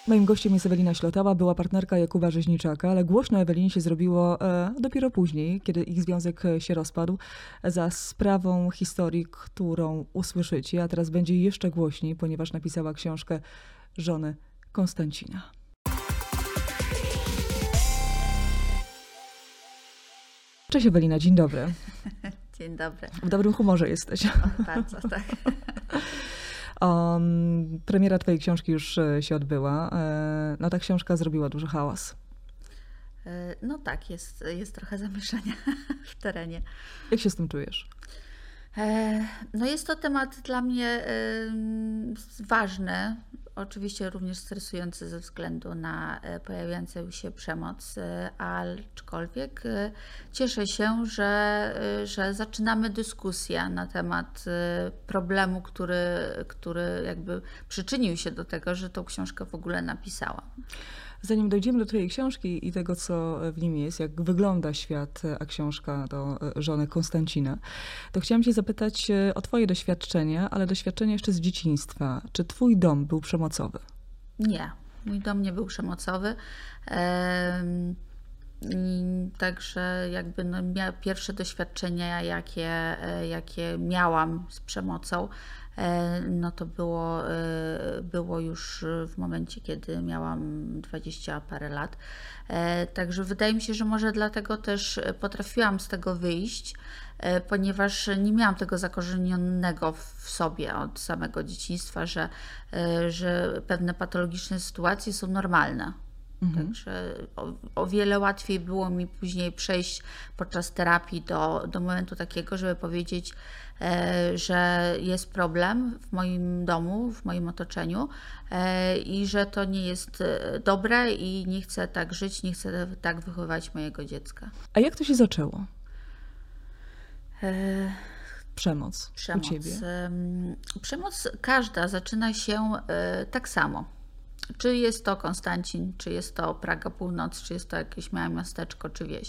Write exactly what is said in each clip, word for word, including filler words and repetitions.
Moim gościem jest Ewelina Ślotała, była partnerka Jakuba Rzeźniczaka, ale głośno Ewelinie się zrobiło e, dopiero później, kiedy ich związek się rozpadł, za sprawą historii, którą usłyszycie, a teraz będzie jeszcze głośniej, ponieważ napisała książkę Żony Konstancina. Cześć Ewelina, dzień dobry. Dzień dobry. W dobrym humorze jesteś. O, bardzo, tak. Um, premiera twojej książki już się odbyła. No ta książka zrobiła duży hałas. No tak, jest, jest trochę zamieszania w terenie. Jak się z tym czujesz? No jest to temat dla mnie ważny, oczywiście również stresujący ze względu na pojawiającą się przemoc, aczkolwiek cieszę się, że, że zaczynamy dyskusję na temat problemu, który, który jakby przyczynił się do tego, że tą książkę w ogóle napisałam. Zanim dojdziemy do twojej książki i tego, co w nim jest, jak wygląda świat, a książka to Żony Konstancina, to chciałam cię zapytać o twoje doświadczenie, ale doświadczenie jeszcze z dzieciństwa. Czy twój dom był przemocowy? Nie, mój dom nie był przemocowy. Ehm, Także jakby no, mia- pierwsze doświadczenia, jakie, jakie miałam z przemocą, no to było, było już w momencie, kiedy miałam dwadzieścia parę lat. Także wydaje mi się, że może dlatego też potrafiłam z tego wyjść, ponieważ nie miałam tego zakorzenionego w sobie od samego dzieciństwa, że, że pewne patologiczne sytuacje są normalne. Mhm. Także o, o wiele łatwiej było mi później przejść podczas terapii do, do momentu takiego, żeby powiedzieć, e, że jest problem w moim domu, w moim otoczeniu e, i że to nie jest dobre i nie chcę tak żyć, nie chcę tak wychowywać mojego dziecka. A jak to się zaczęło? E, Przemoc, przemoc u ciebie? Przemoc każda zaczyna się e, tak samo. Czy jest to Konstancin, czy jest to Praga Północ, czy jest to jakieś małe miasteczko, czy wieś.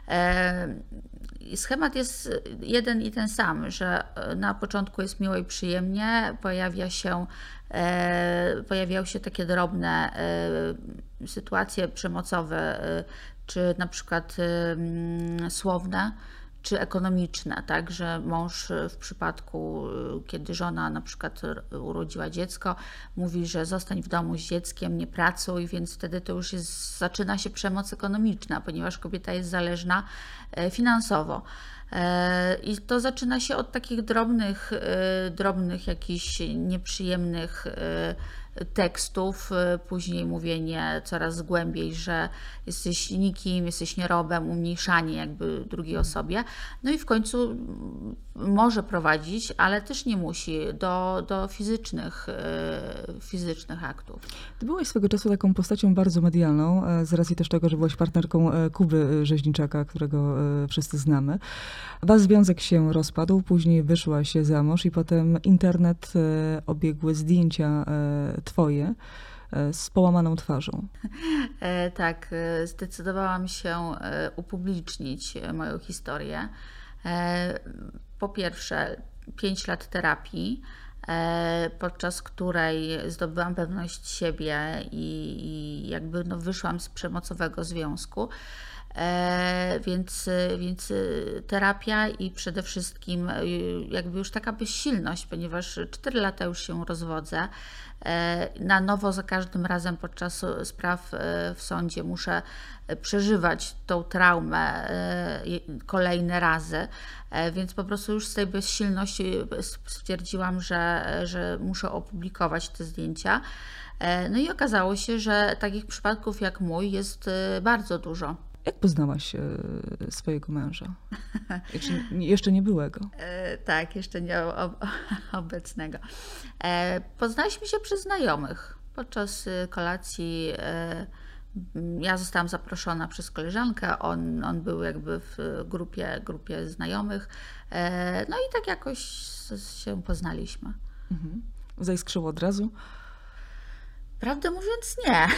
Schemat jest jeden i ten sam, że na początku jest miło i przyjemnie, pojawia się, pojawiają się takie drobne sytuacje przemocowe, czy na przykład słowne, czy ekonomiczne, tak, że mąż w przypadku, kiedy żona na przykład urodziła dziecko, mówi, że zostań w domu z dzieckiem, nie pracuj, więc wtedy to już jest, zaczyna się przemoc ekonomiczna, ponieważ kobieta jest zależna finansowo. I to zaczyna się od takich drobnych, drobnych jakichś nieprzyjemnych tekstów, później mówienie coraz głębiej, że jesteś nikim, jesteś nierobem, umniejszanie jakby drugiej osobie. No i w końcu może prowadzić, ale też nie musi, do, do fizycznych, fizycznych aktów. Ty byłaś swego czasu taką postacią bardzo medialną, z racji też tego, że byłaś partnerką Kuby Rzeźniczaka, którego wszyscy znamy. Wasz związek się rozpadł, później wyszłaś za mąż i potem internet obiegły zdjęcia twoje z połamaną twarzą. E, tak, zdecydowałam się upublicznić moją historię. E, po pierwsze, pięć lat terapii, e, podczas której zdobyłam pewność siebie i, i jakby no wyszłam z przemocowego związku. E, więc, więc terapia i przede wszystkim jakby już taka bezsilność, ponieważ cztery lata już się rozwodzę. E, na nowo za każdym razem podczas spraw w sądzie muszę przeżywać tą traumę e, kolejne razy, e, więc po prostu już z tej bezsilności stwierdziłam, że, że muszę opublikować te zdjęcia. E, no i okazało się, że takich przypadków jak mój jest bardzo dużo. Jak poznałaś swojego męża? Jeszcze, jeszcze nie byłego. E, tak, jeszcze nie ob obecnego. E, poznaliśmy się przez znajomych. Podczas kolacji e, ja zostałam zaproszona przez koleżankę, on, on był jakby w grupie, grupie znajomych. E, no i tak jakoś się poznaliśmy. Mhm. Zaiskrzyło od razu? Prawdę mówiąc nie.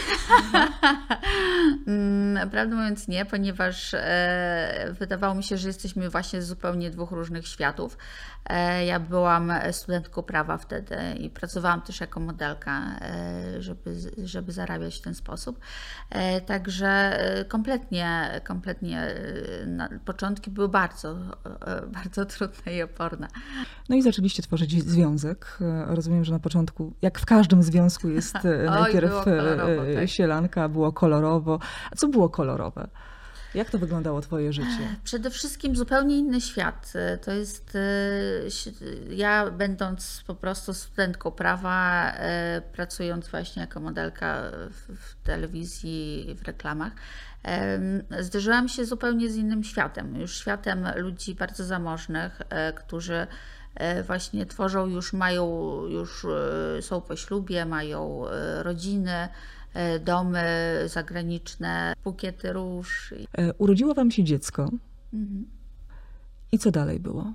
Mm, Prawdę mówiąc nie, ponieważ e, wydawało mi się, że jesteśmy właśnie z zupełnie dwóch różnych światów. E, ja byłam studentką prawa wtedy i pracowałam też jako modelka, e, żeby, żeby zarabiać w ten sposób. E, także e, kompletnie, kompletnie e, na, początki były bardzo, e, bardzo trudne i oporne. No i zaczęliście tworzyć związek. E, Rozumiem, że na początku, jak w każdym związku, jest e, najpierw było kolorowo, e, tak. sielanka, było kolorowo. A co było kolorowe? Jak to wyglądało twoje życie? Przede wszystkim zupełnie inny świat. To jest, e, si- ja będąc po prostu studentką prawa, e, pracując właśnie jako modelka w, w telewizji, w reklamach, em, zderzyłam się zupełnie z innym światem. Już światem ludzi bardzo zamożnych, e, którzy e, właśnie tworzą, już mają, już e, są po ślubie, mają e, rodziny, e, domy zagraniczne, bukiety róż. E, Urodziło wam się dziecko. I co dalej było?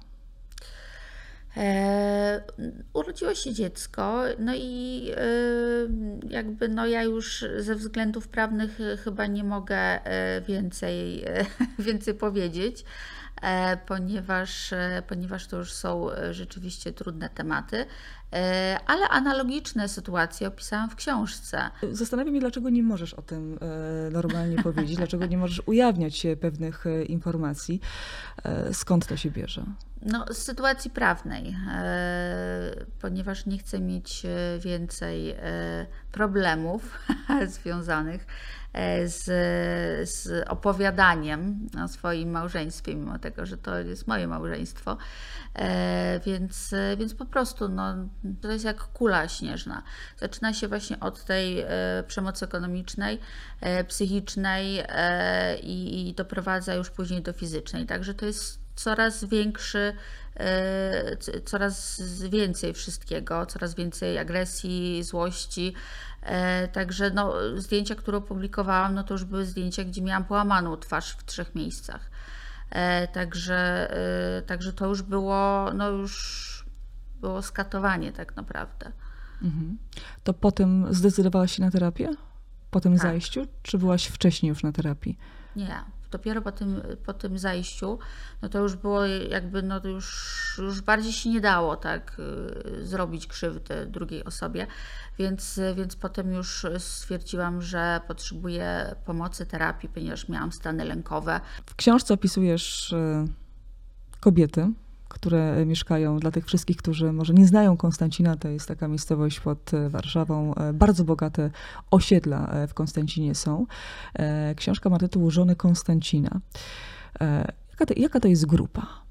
E, urodziło się dziecko, no i e, jakby no ja już ze względów prawnych e, chyba nie mogę e, więcej, e, więcej powiedzieć, e, ponieważ, e, ponieważ to już są e, rzeczywiście trudne tematy, e, ale analogiczne sytuacje opisałam w książce. Zastanawiam się, dlaczego nie możesz o tym e, normalnie powiedzieć, dlaczego nie możesz ujawniać się pewnych e, informacji. E, Skąd to się bierze? No, z sytuacji prawnej, e, ponieważ nie chcę mieć e, więcej e, problemów związanych e, z, z opowiadaniem o swoim małżeństwie, mimo tego, że to jest moje małżeństwo. E, Więc, e, więc po prostu no, to jest jak kula śnieżna. Zaczyna się właśnie od tej e, przemocy ekonomicznej, e, psychicznej e, i, i doprowadza już później do fizycznej. Także to jest coraz większy, e, c- coraz więcej wszystkiego, coraz więcej agresji, złości. E, Także no, zdjęcia, które opublikowałam, no to już były zdjęcia, gdzie miałam połamaną twarz w trzech miejscach. E, Także, e, także to już było, no już było skatowanie tak naprawdę. Mhm. To potem zdecydowałaś się na terapię? Po tym Tak. zajściu? Czy byłaś wcześniej już na terapii? Nie, dopiero po tym, po tym zajściu, no to już było jakby, no to już, już bardziej się nie dało tak y, zrobić krzywdy drugiej osobie, więc, więc potem już stwierdziłam, że potrzebuję pomocy, terapii, ponieważ miałam stany lękowe. W książce opisujesz e, kobiety, które mieszkają, dla tych wszystkich, którzy może nie znają Konstancina, to jest taka miejscowość pod e, Warszawą, e, bardzo bogate osiedla e, w Konstancinie są. E, Książka ma tytuł Żony Konstancina. E, Jaka to, jaka to jest grupa?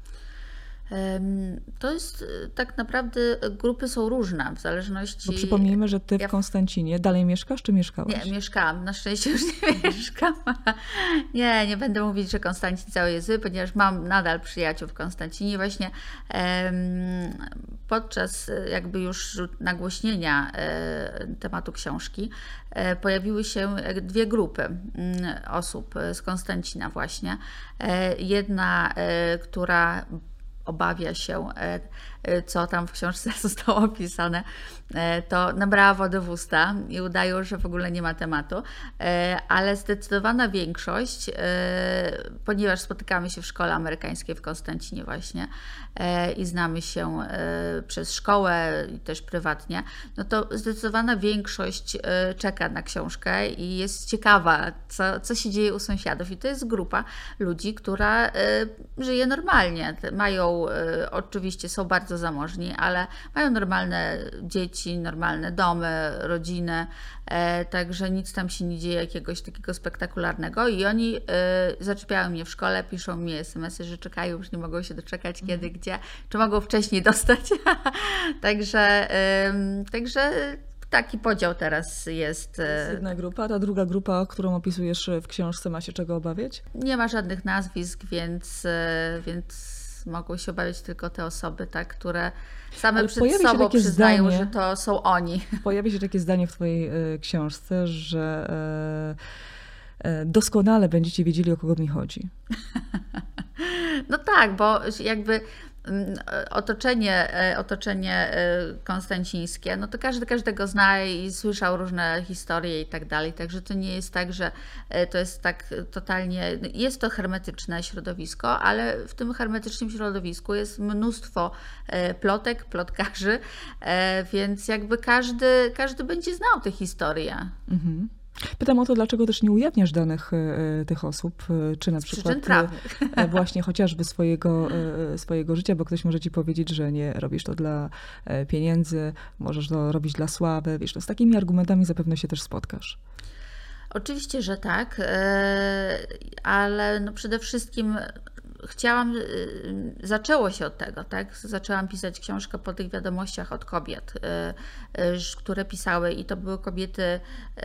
Em, To jest y, tak naprawdę, y, grupy są różne w zależności... Bo przypomnijmy, że ty w ja w- Konstancinie dalej mieszkasz, czy mieszkałaś? Nie, mieszkałam. Na szczęście już nie mieszkam. Nie, nie będę mówić, że Konstancin cały jest zły, ponieważ mam nadal przyjaciół w Konstancinie. Właśnie em, podczas e, jakby już nagłośnienia e, tematu książki e, pojawiły się jak dwie grupy mm, osób e, z Konstancina właśnie. E, Jedna, e, która obawia się, e, e, co tam w książce zostało opisane, e, to nabrała wody w usta i udają, że w ogóle nie ma tematu, e, ale zdecydowana większość, e, ponieważ spotykamy się w szkole amerykańskiej w Konstancinie właśnie e, i znamy się e, przez szkołę i też prywatnie, no to zdecydowana większość e, czeka na książkę i jest ciekawa, co, co się dzieje u sąsiadów. I to jest grupa ludzi, która e, żyje normalnie. Te- Mają, e, oczywiście są bardzo zamożni, ale mają normalne dzieci, normalne domy, rodziny, e, także nic tam się nie dzieje jakiegoś takiego spektakularnego i oni e, zaczepiają mnie w szkole, piszą mi es em esy, że czekają, już nie mogą się doczekać kiedy, gdzie, czy mogą wcześniej dostać. Także, em, także taki podział teraz jest. To jest e, jedna grupa, ta druga grupa, którą opisujesz w książce, ma się czego obawiać? Nie ma żadnych nazwisk, więc, e, więc mogą się obawiać tylko te osoby, tak, które same Ale przed pojawi się sobą takie przyznają, zdanie- że to są oni. Pojawia się takie zdanie w twojej e, książce, że e, e, doskonale będziecie wiedzieli, o kogo mi chodzi. No tak, bo jakby Otoczenie, otoczenie konstancińskie, no to każdy każdego zna i słyszał różne historie i tak dalej, także to nie jest tak, że to jest tak totalnie, jest to hermetyczne środowisko, ale w tym hermetycznym środowisku jest mnóstwo plotek, plotkarzy, więc jakby każdy, każdy będzie znał tę historię. Mhm. Pytam o to, dlaczego też nie ujawniasz danych e, tych osób, e, czy na przykład e, właśnie chociażby swojego, e, swojego życia, bo ktoś może ci powiedzieć, że nie robisz to dla e, pieniędzy, możesz to robić dla sławy, wiesz, to z takimi argumentami zapewne się też spotkasz. Oczywiście, że tak, e, ale no przede wszystkim chciałam, zaczęło się od tego, tak? Zaczęłam pisać książkę po tych wiadomościach od kobiet, które pisały i to były kobiety,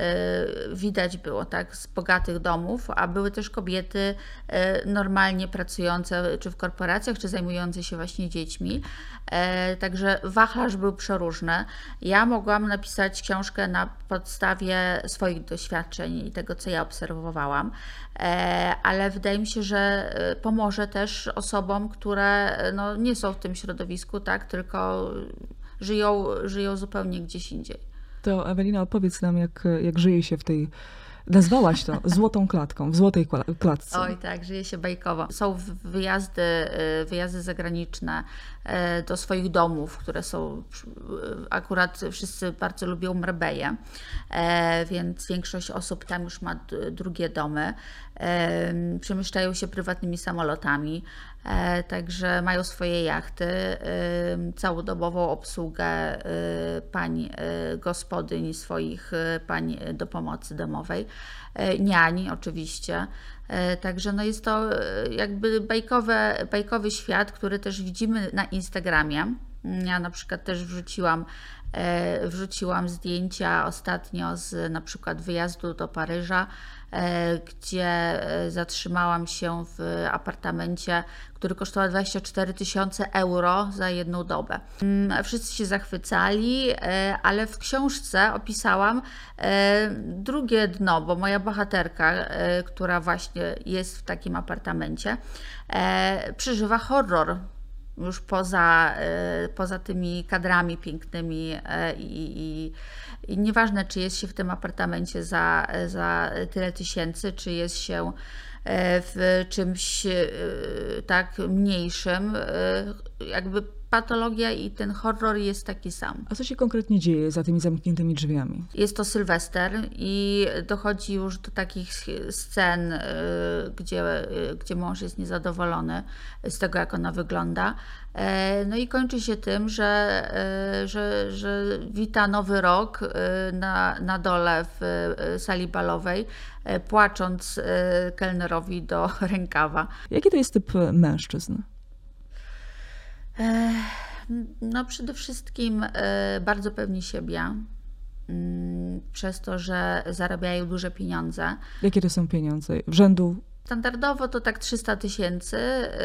widać było, tak, z bogatych domów, a były też kobiety normalnie pracujące, czy w korporacjach, czy zajmujące się właśnie dziećmi. Także wachlarz był przeróżny. Ja mogłam napisać książkę na podstawie swoich doświadczeń i tego, co ja obserwowałam, ale wydaje mi się, że pomoże też osobom, które no, nie są w tym środowisku, tak, tylko żyją, żyją zupełnie gdzieś indziej. To Ewelina, opowiedz nam, jak, jak żyje się w tej, nazwałaś to złotą klatką, w złotej klatce. Oj tak, żyje się bajkowo. Są wyjazdy, wyjazdy zagraniczne do swoich domów, które są, akurat wszyscy bardzo lubią Marbella, więc większość osób tam już ma drugie domy. Przemieszczają się prywatnymi samolotami, także mają swoje jachty, całodobową obsługę pań gospodyń, swoich pań do pomocy domowej, niań oczywiście. Także no jest to jakby bajkowe, bajkowy świat, który też widzimy na Instagramie. Ja na przykład też wrzuciłam, wrzuciłam zdjęcia ostatnio z na przykład wyjazdu do Paryża, gdzie zatrzymałam się w apartamencie, który kosztował dwadzieścia cztery tysiące euro za jedną dobę. Wszyscy się zachwycali, ale w książce opisałam drugie dno, bo moja bohaterka, która właśnie jest w takim apartamencie, przeżywa horror. Już poza, poza tymi kadrami pięknymi i, i, i nieważne, czy jest się w tym apartamencie za, za tyle tysięcy, czy jest się w czymś tak mniejszym, jakby patologia i ten horror jest taki sam. A co się konkretnie dzieje za tymi zamkniętymi drzwiami? Jest to Sylwester i dochodzi już do takich scen, gdzie, gdzie mąż jest niezadowolony z tego, jak ona wygląda. No i kończy się tym, że, że, że wita nowy rok na, na dole w sali balowej, płacząc kelnerowi do rękawa. Jaki to jest typ mężczyzn? No przede wszystkim bardzo pewni siebie, przez to, że zarabiają duże pieniądze. Jakie to są pieniądze? W rzędu? Standardowo to tak trzysta tysięcy,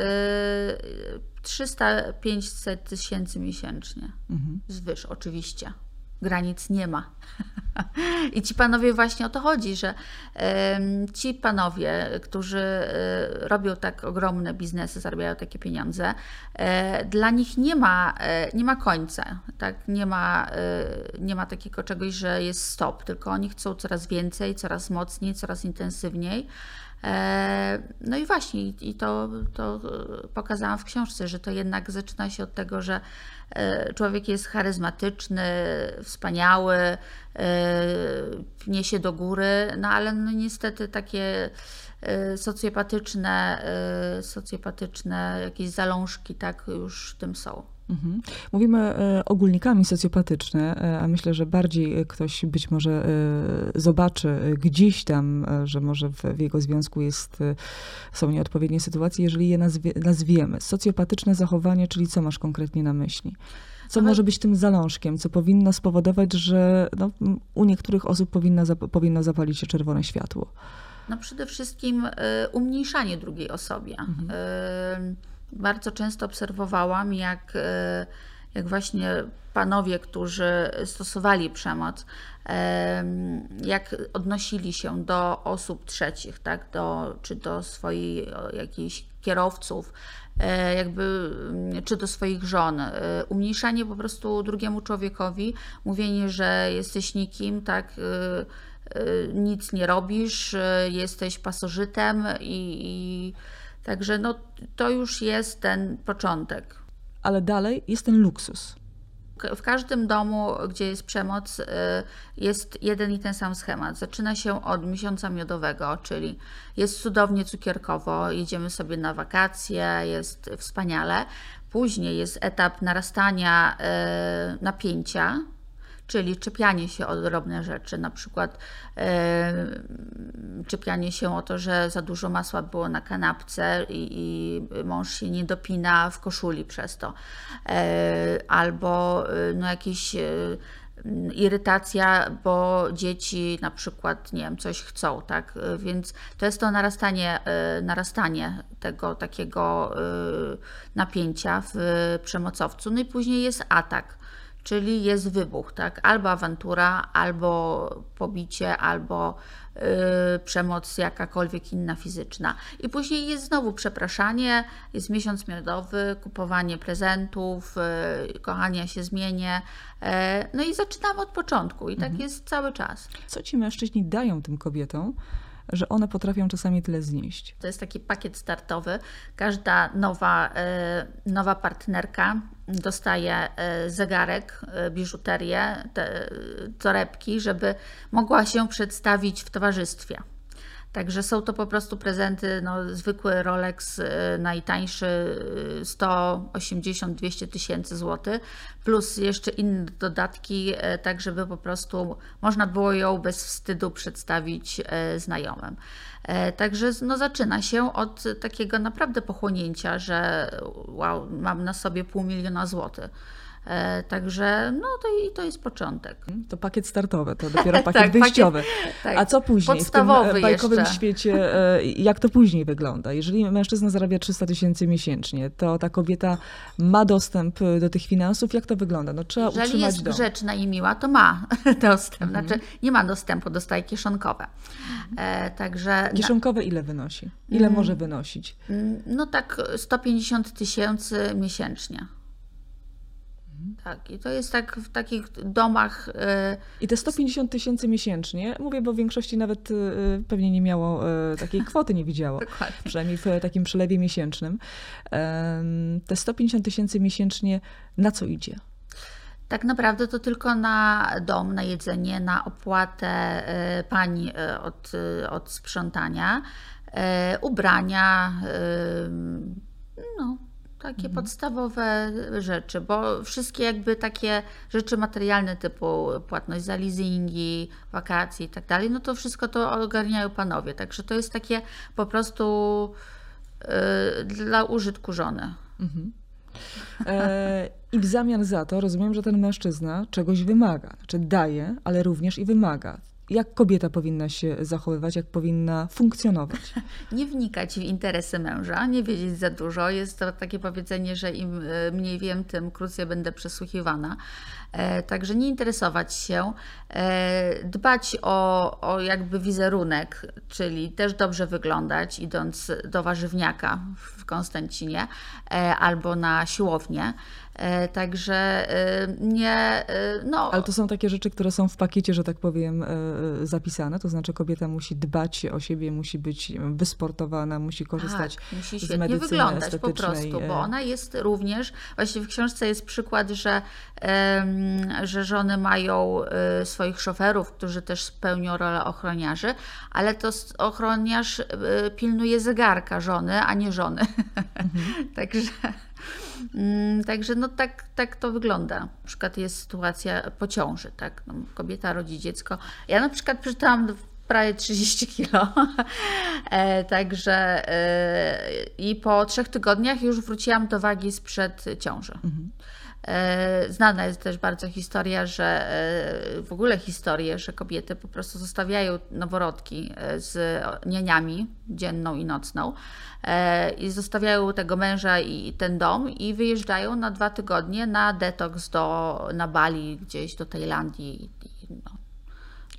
trzysta pięćset tysięcy miesięcznie. Mhm. Zwyż oczywiście. Granic nie ma. I ci panowie, właśnie o to chodzi, że y, ci panowie, którzy y, robią tak ogromne biznesy, zarabiają takie pieniądze, y, dla nich nie ma, y, nie ma końca, tak? Nie ma, y, nie ma takiego czegoś, że jest stop, tylko oni chcą coraz więcej, coraz mocniej, coraz intensywniej. No i właśnie, i to, to pokazałam w książce, że to jednak zaczyna się od tego, że człowiek jest charyzmatyczny, wspaniały, pnie się do góry, no ale no niestety takie socjopatyczne, socjopatyczne jakieś zalążki tak już w tym są. Mhm. Mówimy ogólnikami socjopatyczne, a myślę, że bardziej ktoś być może zobaczy gdzieś tam, że może w jego związku jest, są nieodpowiednie sytuacje, jeżeli je nazwie, nazwiemy. Socjopatyczne zachowanie, czyli co masz konkretnie na myśli? Co może być tym zalążkiem, co powinno spowodować, że no, u niektórych osób powinno, powinno zapalić się czerwone światło? No przede wszystkim y, umniejszanie drugiej osobie. Mhm. Y, Bardzo często obserwowałam, jak, jak właśnie panowie, którzy stosowali przemoc, jak odnosili się do osób trzecich, tak? do, czy do swoich jakichś kierowców, jakby, czy do swoich żon. Umniejszanie po prostu drugiemu człowiekowi, mówienie, że jesteś nikim, tak, nic nie robisz, jesteś pasożytem i, i także no, to już jest ten początek. Ale dalej jest ten luksus. W każdym domu, gdzie jest przemoc, jest jeden i ten sam schemat. Zaczyna się od miesiąca miodowego, czyli jest cudownie cukierkowo, jedziemy sobie na wakacje, jest wspaniale. Później jest etap narastania napięcia, czyli czepianie się o drobne rzeczy, na przykład e, czepianie się o to, że za dużo masła było na kanapce i, i mąż się nie dopina w koszuli przez to, e, albo no, jakieś e, irytacja, bo dzieci na przykład, nie wiem, coś chcą, tak, więc to jest to narastanie, narastanie tego takiego napięcia w przemocowcu, no i później jest atak. Czyli jest wybuch, tak? Albo awantura, albo pobicie, albo yy, przemoc jakakolwiek inna fizyczna. I później jest znowu przepraszanie, jest miesiąc miodowy, kupowanie prezentów, yy, kochanie, ja się zmienię. Yy, no i zaczynamy od początku i tak mhm. jest cały czas. Co ci mężczyźni dają tym kobietom, że one potrafią czasami tyle znieść? To jest taki pakiet startowy. Każda nowa, nowa partnerka dostaje zegarek, biżuterię, te torebki, żeby mogła się przedstawić w towarzystwie. Także są to po prostu prezenty, no, zwykły Rolex najtańszy sto osiemdziesiąt do dwustu tysięcy złotych, plus jeszcze inne dodatki, tak żeby po prostu można było ją bez wstydu przedstawić znajomym. Także no, zaczyna się od takiego naprawdę pochłonięcia, że wow, mam na sobie pół miliona złotych. Także no to, i to jest początek. To pakiet startowy, to dopiero pakiet tak, wyjściowy. Pakiet, tak. A co później Podstawowy w tym bajkowym jeszcze. świecie, jak to później wygląda? Jeżeli mężczyzna zarabia trzysta tysięcy miesięcznie, to ta kobieta ma dostęp do tych finansów? Jak to wygląda? No, trzeba Jeżeli utrzymać jest dom. grzeczna i miła, to ma dostęp. Mhm. Znaczy nie ma dostępu, dostaje kieszonkowe. E, także Kieszonkowe ile wynosi? Ile mm, może wynosić? No tak sto pięćdziesiąt tysięcy miesięcznie. Tak, i to jest tak w takich domach. Yy... I te sto pięćdziesiąt tysięcy miesięcznie, mówię, bo w większości nawet yy, pewnie nie miało, yy, takiej kwoty nie widziało, przynajmniej w takim przelewie miesięcznym. Yy, te sto pięćdziesiąt tysięcy miesięcznie na co idzie? Tak naprawdę to tylko na dom, na jedzenie, na opłatę yy, pań yy, od, yy, od sprzątania, yy, ubrania, yy, no. Takie mhm. podstawowe rzeczy, bo wszystkie jakby takie rzeczy materialne typu płatność za leasingi, wakacje i tak dalej, no to wszystko to ogarniają panowie. Także to jest takie po prostu y, dla użytku żony. Mhm. E, I w zamian za to rozumiem, że ten mężczyzna czegoś wymaga. Znaczy daje, ale również i wymaga. Jak kobieta powinna się zachowywać, jak powinna funkcjonować? Nie wnikać w interesy męża, nie wiedzieć za dużo. Jest to takie powiedzenie, że im mniej wiem, tym krócej będę przesłuchiwana. E, także nie interesować się, e, dbać o, o jakby wizerunek, czyli też dobrze wyglądać, idąc do warzywniaka w Konstancinie e, albo na siłownię. Także nie, no... Ale to są takie rzeczy, które są w pakiecie, że tak powiem, zapisane, to znaczy kobieta musi dbać o siebie, musi być wysportowana, musi korzystać tak, musi z medycyny wyglądać estetycznej. Po prostu, bo ona jest również, właśnie w książce jest przykład, że, że żony mają swoich szoferów, którzy też pełnią rolę ochroniarzy, ale to ochroniarz pilnuje zegarka żony, a nie żony. Mhm. Także... Także no tak, tak to wygląda. Na przykład jest sytuacja po ciąży, tak? No, kobieta rodzi dziecko. Ja na przykład przeczytałam prawie trzydzieści kilo, e, także e, i po trzech tygodniach już wróciłam do wagi sprzed ciąży. Mhm. Znana jest też bardzo historia, że w ogóle historie, że kobiety po prostu zostawiają noworodki z nianiami dzienną i nocną i zostawiają tego męża i ten dom i wyjeżdżają na dwa tygodnie na detoks do, na Bali, gdzieś do Tajlandii. No.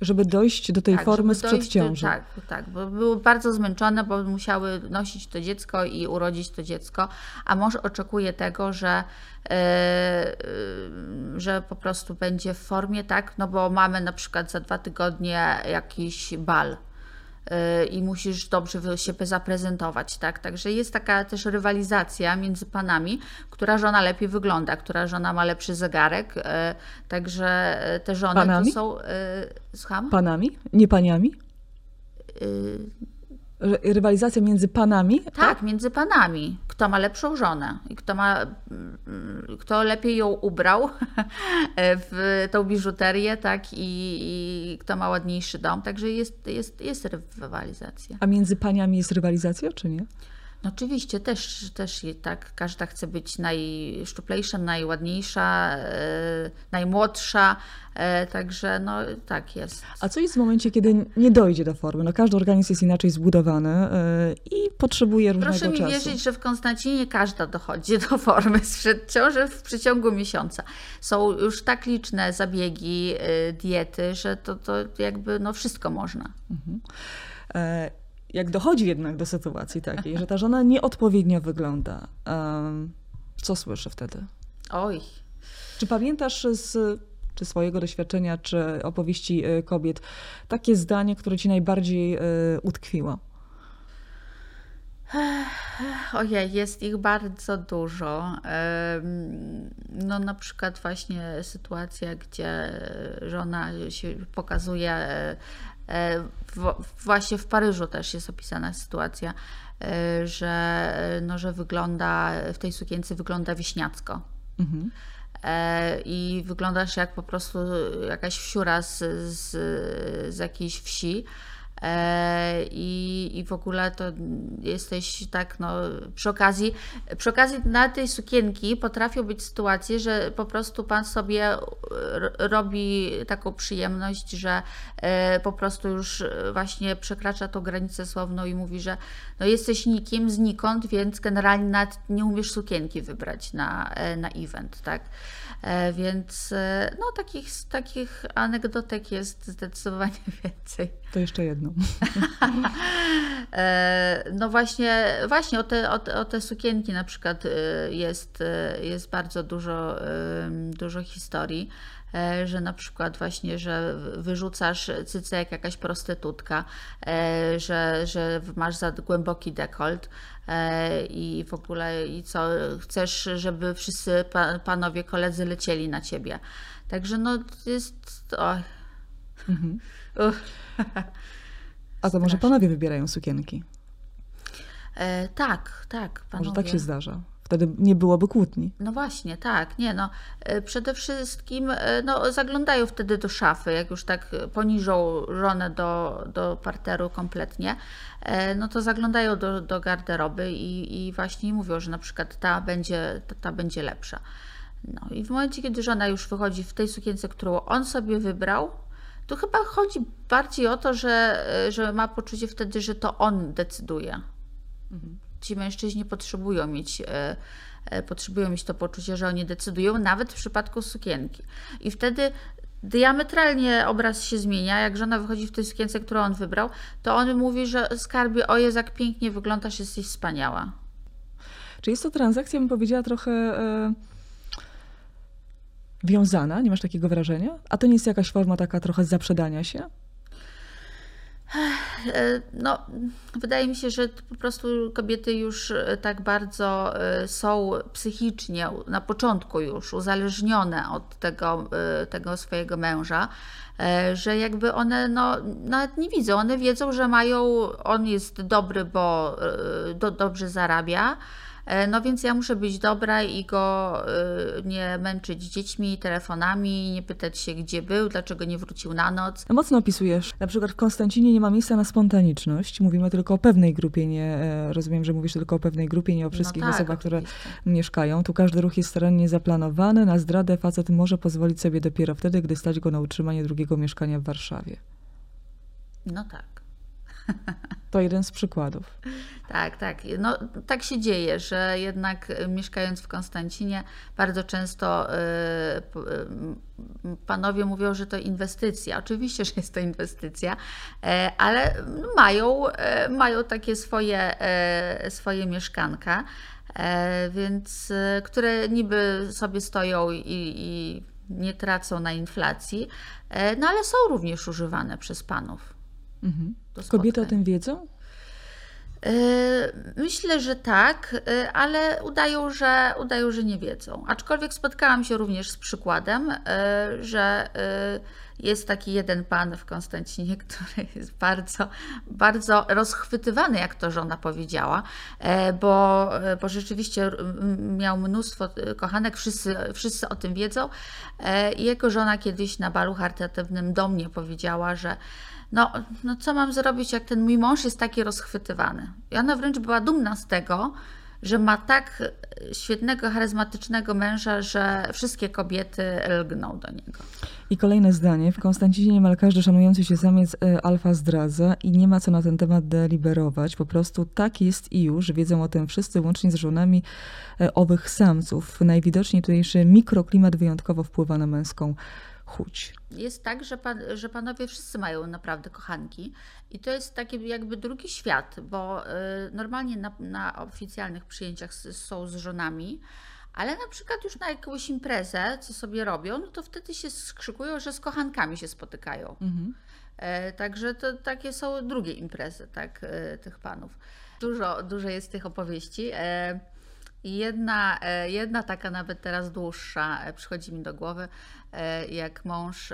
Żeby dojść do tej Tak, formy żeby sprzed dojść ciąży. Do, tak, tak, bo były bardzo zmęczone, bo musiały nosić to dziecko i urodzić to dziecko, a mąż oczekuje tego, że, yy, yy, że po prostu będzie w formie, tak, no bo mamy na przykład za dwa tygodnie jakiś bal i musisz dobrze się zaprezentować, tak? Także jest taka też rywalizacja między panami, która żona lepiej wygląda, która żona ma lepszy zegarek, także te żony Panami? to są... Słucham? Panami? Nie paniami? Y Ry- Rywalizacja między panami? Tak, tak, między panami. Kto ma lepszą żonę i kto ma, kto lepiej ją ubrał w tą biżuterię, tak, i, i kto ma ładniejszy dom. Także jest, jest, jest rywalizacja. A między paniami jest rywalizacja, czy nie? No oczywiście też, też tak, każda chce być najszczuplejsza, najładniejsza, e, najmłodsza, e, także no tak jest. A co jest w momencie, kiedy nie dojdzie do formy? No każdy organizm jest inaczej zbudowany yy, i potrzebuje różnego Proszę mi czasu. wierzyć, że w Konstancinie każda dochodzi do formy sprzed ciąży w przeciągu miesiąca. Są już tak liczne zabiegi, yy, diety, że to, to jakby no wszystko można. Mhm. E, Jak dochodzi jednak do sytuacji takiej, że ta żona nieodpowiednio wygląda, um, co słyszę wtedy? Oj. Czy pamiętasz z czy swojego doświadczenia, czy opowieści y, kobiet, takie zdanie, które ci najbardziej y, utkwiło? Ojej, jest ich bardzo dużo. No na przykład właśnie sytuacja, gdzie żona się pokazuje, właśnie w Paryżu też jest opisana sytuacja, że, no, że wygląda, w tej sukience wygląda wieśniacko. Mhm. I wyglądasz jak po prostu jakaś wsiura z, z, z jakiejś wsi. I, I w ogóle to jesteś tak, no przy okazji, przy okazji na tej sukienki potrafią być sytuacje, że po prostu pan sobie robi taką przyjemność, że po prostu już właśnie przekracza tą granicę słowną i mówi, że no jesteś nikim, znikąd, więc generalnie nawet nie umiesz sukienki wybrać na, na event, tak? Więc no takich, takich anegdotek jest zdecydowanie więcej. To jeszcze jedno. No właśnie, właśnie o te, o, te, o te sukienki na przykład jest, jest bardzo dużo, dużo historii, że na przykład właśnie, że wyrzucasz cycę jak jakaś prostytutka, że, że masz za głęboki dekolt i w ogóle i co, chcesz, żeby wszyscy panowie, koledzy lecieli na ciebie. Także no jest... Oj. Mhm. A to może panowie wybierają sukienki? E, tak, tak. Panowie. Może tak się zdarza. Wtedy nie byłoby kłótni. No właśnie, tak. Nie, no, przede wszystkim no, zaglądają wtedy do szafy, jak już tak poniżą żonę do, do parteru kompletnie, no to zaglądają do, do garderoby i, i właśnie mówią, że na przykład ta będzie, ta, ta będzie lepsza. No i w momencie, kiedy żona już wychodzi w tej sukience, którą on sobie wybrał, to chyba chodzi bardziej o to, że, że ma poczucie wtedy, że to on decyduje. Mhm. Ci mężczyźni potrzebują mieć, potrzebują mieć to poczucie, że oni decydują, nawet w przypadku sukienki. I wtedy diametralnie obraz się zmienia. Jak żona wychodzi w tej sukience, którą on wybrał, to on mówi, że skarbie, o Jezu, jak pięknie wyglądasz, jesteś wspaniała. Czy jest to transakcja, bym powiedziała, trochę e, wiązana? Nie masz takiego wrażenia? A to nie jest jakaś forma taka trochę zaprzedania się? No, wydaje mi się, że po prostu kobiety już tak bardzo są psychicznie na początku już uzależnione od tego, tego swojego męża, że jakby one no, nawet nie widzą. One wiedzą, że mają, on jest dobry, bo do, dobrze zarabia. No więc ja muszę być dobra i go nie męczyć dziećmi, telefonami, nie pytać się, gdzie był, dlaczego nie wrócił na noc. No mocno opisujesz. Na przykład w Konstancinie nie ma miejsca na spontaniczność. Mówimy tylko o pewnej grupie, nie, rozumiem, że mówisz tylko o pewnej grupie, nie o wszystkich no tak, osobach, oczywiście. Które mieszkają. Tu każdy ruch jest starannie zaplanowany. Na zdradę facet może pozwolić sobie dopiero wtedy, gdy stać go na utrzymanie drugiego mieszkania w Warszawie. No tak. To jeden z przykładów. Tak, tak. No, tak się dzieje, że jednak mieszkając w Konstancinie bardzo często y, y, panowie mówią, że to inwestycja. Oczywiście, że jest to inwestycja, e, ale mają, e, mają takie swoje, e, swoje mieszkanka, e, więc, e, które niby sobie stoją i, i nie tracą na inflacji, e, no ale są również używane przez panów. Mhm. do Kobiety o spotkań. tym wiedzą? Myślę, że tak, ale udają, że, udają, że nie wiedzą. Aczkolwiek spotkałam się również z przykładem, że jest taki jeden pan w Konstancinie, który jest bardzo, bardzo rozchwytywany, jak to żona powiedziała, bo, bo rzeczywiście miał mnóstwo kochanek, wszyscy, wszyscy o tym wiedzą. I jego żona kiedyś na balu charytatywnym do mnie powiedziała, że No, no co mam zrobić, jak ten mój mąż jest taki rozchwytywany? I ona wręcz była dumna z tego, że ma tak świetnego, charyzmatycznego męża, że wszystkie kobiety lgną do niego. I kolejne zdanie. W Konstancinie niemal każdy szanujący się samiec alfa zdradza i nie ma co na ten temat deliberować. Po prostu tak jest i już. Wiedzą o tym wszyscy, łącznie z żonami owych samców. Najwidoczniej tutejszy mikroklimat wyjątkowo wpływa na męską chuć. Jest tak, że, pan, że panowie wszyscy mają naprawdę kochanki i to jest taki jakby drugi świat, bo y, normalnie na, na oficjalnych przyjęciach s, są z żonami, ale na przykład już na jakąś imprezę, co sobie robią, no to wtedy się skrzykują, że z kochankami się spotykają. Mhm. E, także to takie są drugie imprezy, tak, e, tych panów. Dużo, dużo jest tych opowieści. E, Jedna, jedna taka nawet teraz dłuższa przychodzi mi do głowy, jak mąż,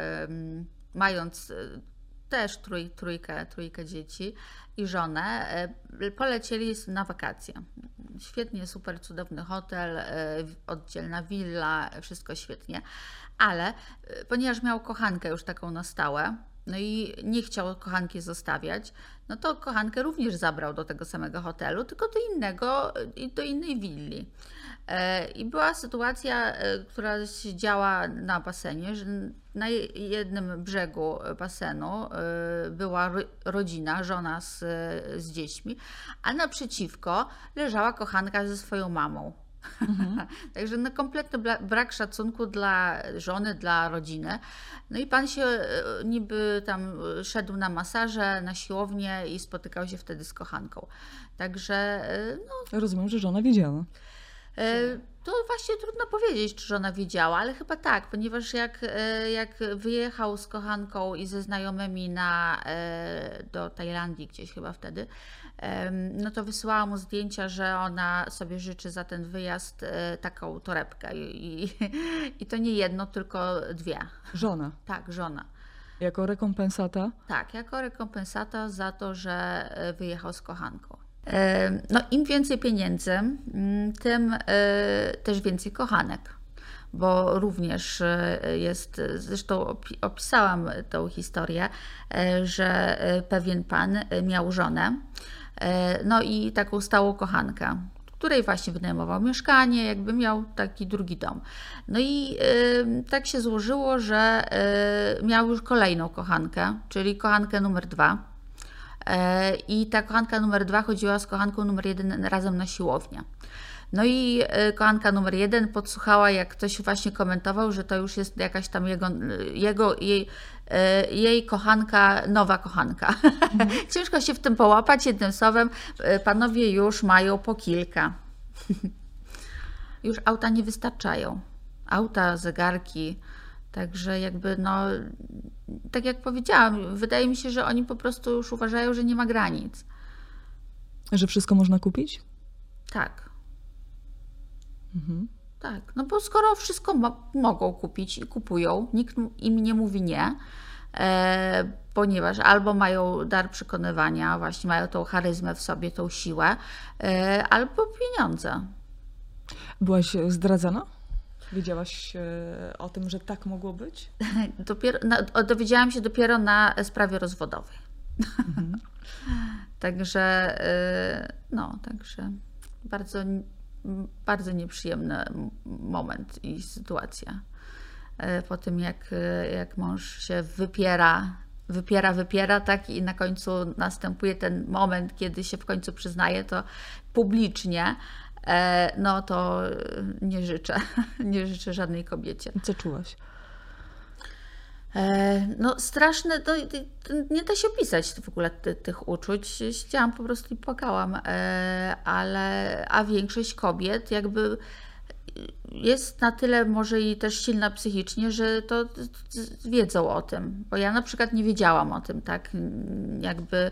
mając też trój, trójkę, trójkę dzieci i żonę, polecieli na wakacje. Świetnie, super, cudowny hotel, oddzielna willa, wszystko świetnie, ale ponieważ miał kochankę już taką na stałe, no i nie chciał kochanki zostawiać, no to kochankę również zabrał do tego samego hotelu, tylko do innego, do innej willi. I była sytuacja, która się działa na basenie, że na jednym brzegu basenu była rodzina, żona z, z dziećmi, a naprzeciwko leżała kochanka ze swoją mamą. Mhm. Także no, kompletny brak szacunku dla żony, dla rodziny. No i pan się niby tam szedł na masaże, na siłownię i spotykał się wtedy z kochanką. Także no... Rozumiem, że żona wiedziała. To właśnie trudno powiedzieć, czy żona wiedziała, ale chyba tak, ponieważ jak, jak wyjechał z kochanką i ze znajomymi na, do Tajlandii gdzieś chyba wtedy, no to wysyłała mu zdjęcia, że ona sobie życzy za ten wyjazd taką torebkę i, i, i to nie jedno, tylko dwie. Żona? Tak, żona. Jako rekompensata? Tak, jako rekompensata za to, że wyjechał z kochanką. No, im więcej pieniędzy, tym też więcej kochanek, bo również jest, zresztą opisałam tą historię, że pewien pan miał żonę, no i taką stałą kochankę, której właśnie wynajmował mieszkanie, jakby miał taki drugi dom. No i y, tak się złożyło, że y, miał już kolejną kochankę, czyli kochankę numer dwa. I ta kochanka numer dwa chodziła z kochanką numer jeden razem na siłownię. No i kochanka numer jeden podsłuchała, jak ktoś właśnie komentował, że to już jest jakaś tam jego, jego jej, jej kochanka, nowa kochanka. Mhm. Ciężko się w tym połapać, jednym słowem panowie już mają po kilka. Już auta nie wystarczają. Auta, zegarki. Także jakby no, tak jak powiedziałam, wydaje mi się, że oni po prostu już uważają, że nie ma granic. Że wszystko można kupić? Tak. Mhm. Tak, no bo skoro wszystko mo- mogą kupić i kupują, nikt im nie mówi nie, e, ponieważ albo mają dar przekonywania, właśnie mają tą charyzmę w sobie, tą siłę, e, albo pieniądze. Byłaś zdradzana? Wiedziałaś o tym, że tak mogło być? Dopiero, na, dowiedziałam się dopiero na sprawie rozwodowej. Mhm. Także, no, także bardzo, bardzo nieprzyjemny moment i sytuacja. Po tym, jak, jak mąż się wypiera wypiera, wypiera, tak, i na końcu następuje ten moment, kiedy się w końcu przyznaje to publicznie, no to nie życzę, nie życzę żadnej kobiecie. Co czułaś? No straszne, to, to nie da się opisać w ogóle ty, tych uczuć. Siedziałam po prostu i płakałam, ale a większość kobiet jakby jest na tyle może i też silna psychicznie, że to wiedzą o tym, bo ja na przykład nie wiedziałam o tym, tak, jakby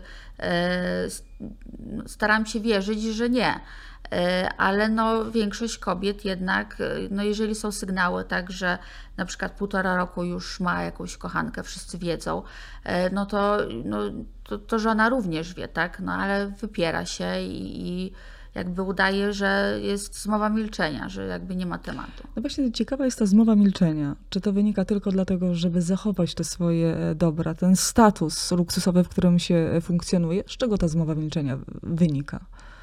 staram się wierzyć, że nie, ale no większość kobiet jednak, no jeżeli są sygnały, tak, że na przykład półtora roku już ma jakąś kochankę, wszyscy wiedzą, no to, no, to, to żona również wie, tak, no ale wypiera się i, i jakby udaje, że jest zmowa milczenia, że jakby nie ma tematu. No właśnie ciekawa jest ta zmowa milczenia. Czy to wynika tylko dlatego, żeby zachować te swoje dobra, ten status luksusowy, w którym się funkcjonuje? Z czego ta zmowa milczenia wynika?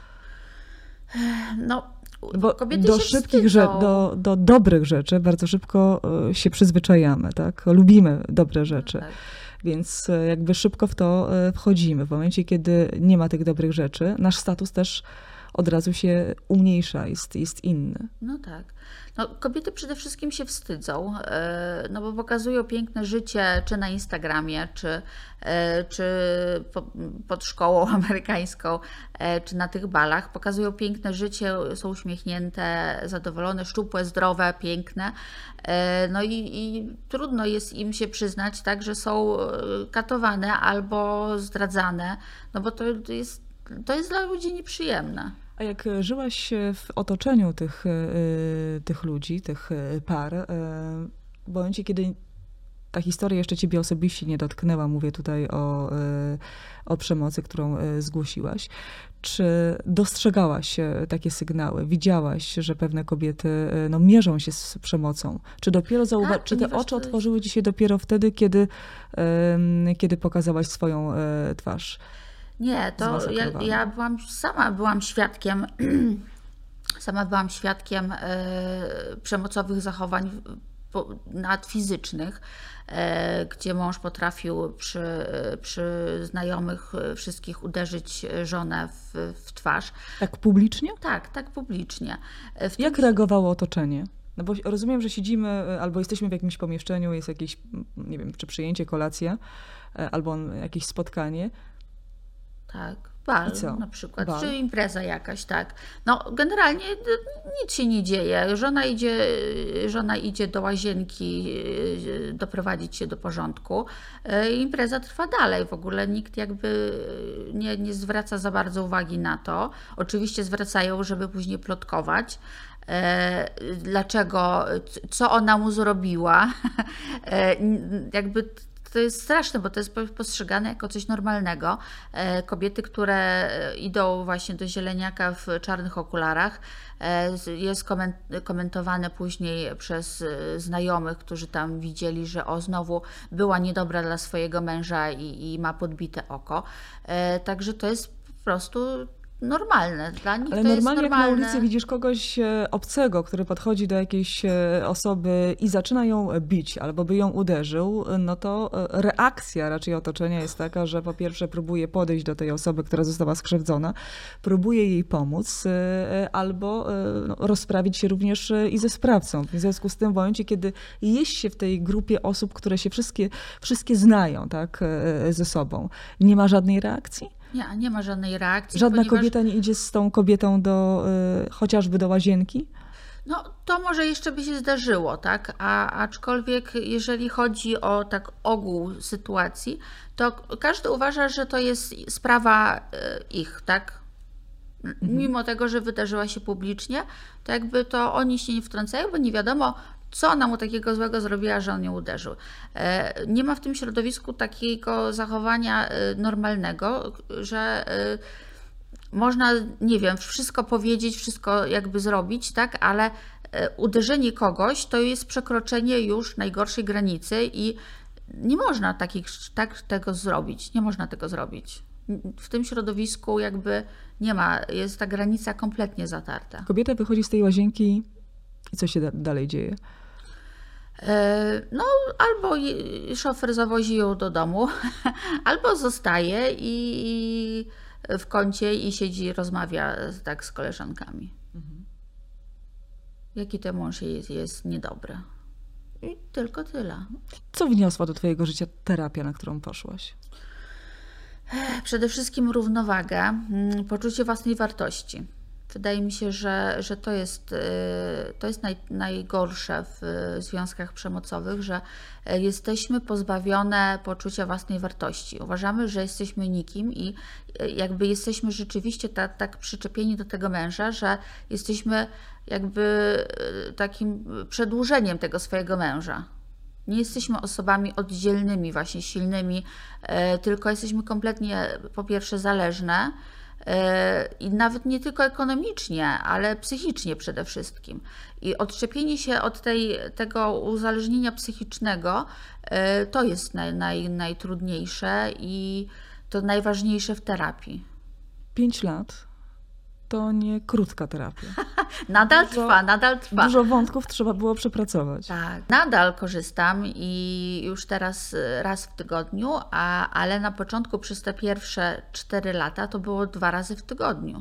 No, bo kobiety do się szybkich rzeczy, do, do dobrych rzeczy bardzo szybko się przyzwyczajamy, tak? Lubimy dobre rzeczy. Tak. Więc jakby szybko w to wchodzimy. W momencie, kiedy nie ma tych dobrych rzeczy, nasz status też od razu się umniejsza, jest, jest inny. No tak. No, kobiety przede wszystkim się wstydzą, no bo pokazują piękne życie, czy na Instagramie, czy, czy pod szkołą amerykańską, czy na tych balach. Pokazują piękne życie, są uśmiechnięte, zadowolone, szczupłe, zdrowe, piękne. No i, i trudno jest im się przyznać, tak, że są katowane albo zdradzane, no bo to jest, to jest dla ludzi nieprzyjemne. A jak żyłaś w otoczeniu tych, tych ludzi, tych par, w momencie, kiedy ta historia jeszcze ciebie osobiście nie dotknęła, mówię tutaj o, o przemocy, którą zgłosiłaś, czy dostrzegałaś takie sygnały? Widziałaś, że pewne kobiety no, mierzą się z przemocą? Czy dopiero zauwa- tak, czy te oczy otworzyły ci się dopiero wtedy, kiedy, kiedy pokazałaś swoją twarz? Nie, to ja, ja byłam sama byłam świadkiem, sama byłam świadkiem e, przemocowych zachowań po, nadfizycznych, e, gdzie mąż potrafił przy, przy znajomych wszystkich uderzyć żonę w, w twarz. Tak publicznie? Tak, tak publicznie. W Jak tym... reagowało otoczenie? No bo rozumiem, że siedzimy albo jesteśmy w jakimś pomieszczeniu, jest jakieś, nie wiem, czy przyjęcie, kolacja, albo jakieś spotkanie. Tak, bal na przykład, bal. Czy impreza jakaś, tak. No generalnie nic się nie dzieje. Żona idzie, żona idzie do łazienki doprowadzić się do porządku. Impreza trwa dalej. W ogóle nikt jakby nie, nie zwraca za bardzo uwagi na to. Oczywiście zwracają, żeby później plotkować. Dlaczego, co ona mu zrobiła. Jakby to jest straszne, bo to jest postrzegane jako coś normalnego. Kobiety, które idą właśnie do zieleniaka w czarnych okularach, jest komentowane później przez znajomych, którzy tam widzieli, że o, znowu była niedobra dla swojego męża i, i ma podbite oko. Także to jest po prostu normalne. Dla nich Ale to normalnie jest normalne. Jak na ulicy widzisz kogoś obcego, który podchodzi do jakiejś osoby i zaczyna ją bić albo by ją uderzył, no to reakcja raczej otoczenia jest taka, że po pierwsze próbuje podejść do tej osoby, która została skrzywdzona, próbuje jej pomóc albo no, rozprawić się również i ze sprawcą. W związku z tym w momencie, kiedy jest się w tej grupie osób, które się wszystkie, wszystkie znają, tak, ze sobą, nie ma żadnej reakcji? Nie, nie ma żadnej reakcji. Żadna ponieważ... kobieta nie idzie z tą kobietą do, y, chociażby do łazienki? No to może jeszcze by się zdarzyło, tak? A, aczkolwiek jeżeli chodzi o tak ogół sytuacji, to każdy uważa, że to jest sprawa y, ich, tak? Mhm. Mimo tego, że wydarzyła się publicznie, to jakby to oni się nie wtrącają, bo nie wiadomo, co ona mu takiego złego zrobiła, że on ją uderzył. Nie ma w tym środowisku takiego zachowania normalnego, że można, nie wiem, wszystko powiedzieć, wszystko jakby zrobić, tak, ale uderzenie kogoś to jest przekroczenie już najgorszej granicy i nie można takich, tak tego zrobić, nie można tego zrobić. W tym środowisku jakby nie ma, jest ta granica kompletnie zatarta. Kobieta wychodzi z tej łazienki i co się da- dalej dzieje? No, albo szofer zawozi ją do domu, albo zostaje i w kącie i siedzi i rozmawia tak z koleżankami. Mhm. Jaki ten mąż jest, jest niedobry. I tylko tyle. Co wniosła do twojego życia terapia, na którą poszłaś? Przede wszystkim równowagę, poczucie własnej wartości. Wydaje mi się, że, że to jest, to jest naj, najgorsze w związkach przemocowych, że jesteśmy pozbawione poczucia własnej wartości. Uważamy, że jesteśmy nikim i jakby jesteśmy rzeczywiście tak, tak przyczepieni do tego męża, że jesteśmy jakby takim przedłużeniem tego swojego męża. Nie jesteśmy osobami oddzielnymi, właśnie silnymi, tylko jesteśmy kompletnie po pierwsze zależne, i nawet nie tylko ekonomicznie, ale psychicznie przede wszystkim. I odczepienie się od tej, tego uzależnienia psychicznego to jest naj, naj, najtrudniejsze i to najważniejsze w terapii. Pięć lat to nie krótka terapia. Nadal dużo, trwa, nadal trwa. Dużo wątków trzeba było przepracować. Tak, nadal korzystam i już teraz raz w tygodniu, a, ale na początku przez te pierwsze cztery lata to było dwa razy w tygodniu.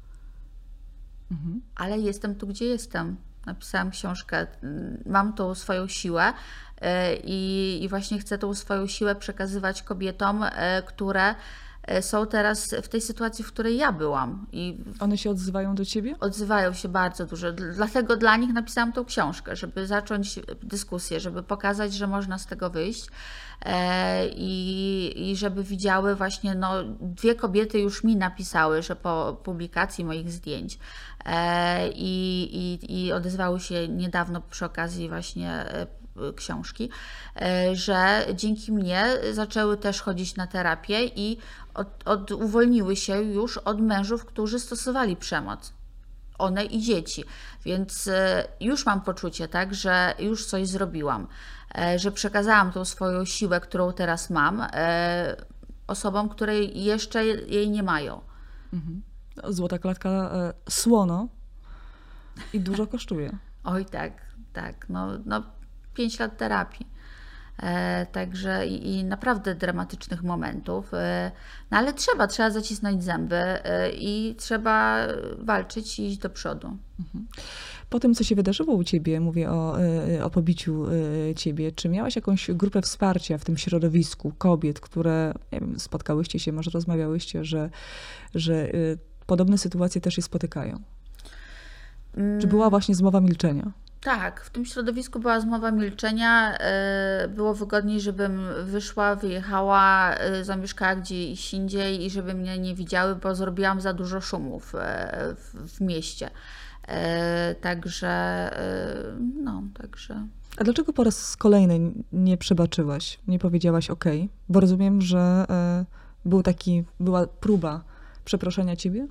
Mhm. Ale jestem tu, gdzie jestem. Napisałam książkę, mam tą swoją siłę i, i właśnie chcę tą swoją siłę przekazywać kobietom, które są teraz w tej sytuacji, w której ja byłam. I one się odzywają do ciebie? Odzywają się bardzo dużo. Dlatego dla nich napisałam tą książkę, żeby zacząć dyskusję, żeby pokazać, że można z tego wyjść e, i, i żeby widziały właśnie, no dwie kobiety już mi napisały, że po publikacji moich zdjęć e, i, i, i odezwały się niedawno przy okazji właśnie e, książki, że dzięki mnie zaczęły też chodzić na terapię i od, od, uwolniły się już od mężów, którzy stosowali przemoc. One i dzieci. Więc już mam poczucie, tak, że już coś zrobiłam, że przekazałam tą swoją siłę, którą teraz mam, osobom, które jeszcze jej nie mają. Mhm. Złota klatka słono i dużo kosztuje. Oj tak, tak. No, no pięć lat terapii. E, także i, i naprawdę dramatycznych momentów. E, no ale trzeba, trzeba zacisnąć zęby e, i trzeba walczyć i iść do przodu. Mhm. Po tym, co się wydarzyło u ciebie, mówię o, o pobiciu ciebie, czy miałaś jakąś grupę wsparcia w tym środowisku kobiet, które, nie wiem, spotkałyście się, może rozmawiałyście, że, że podobne sytuacje też się spotykają? Czy była właśnie zmowa milczenia? Tak, w tym środowisku była zmowa milczenia, było wygodniej, żebym wyszła, wyjechała, zamieszkała gdzieś indziej i żeby mnie nie widziały, bo zrobiłam za dużo szumów w, w mieście. Także, no, także... A dlaczego po raz kolejny nie przebaczyłaś, nie powiedziałaś OK? Bo rozumiem, że był taki, była próba przeproszenia ciebie?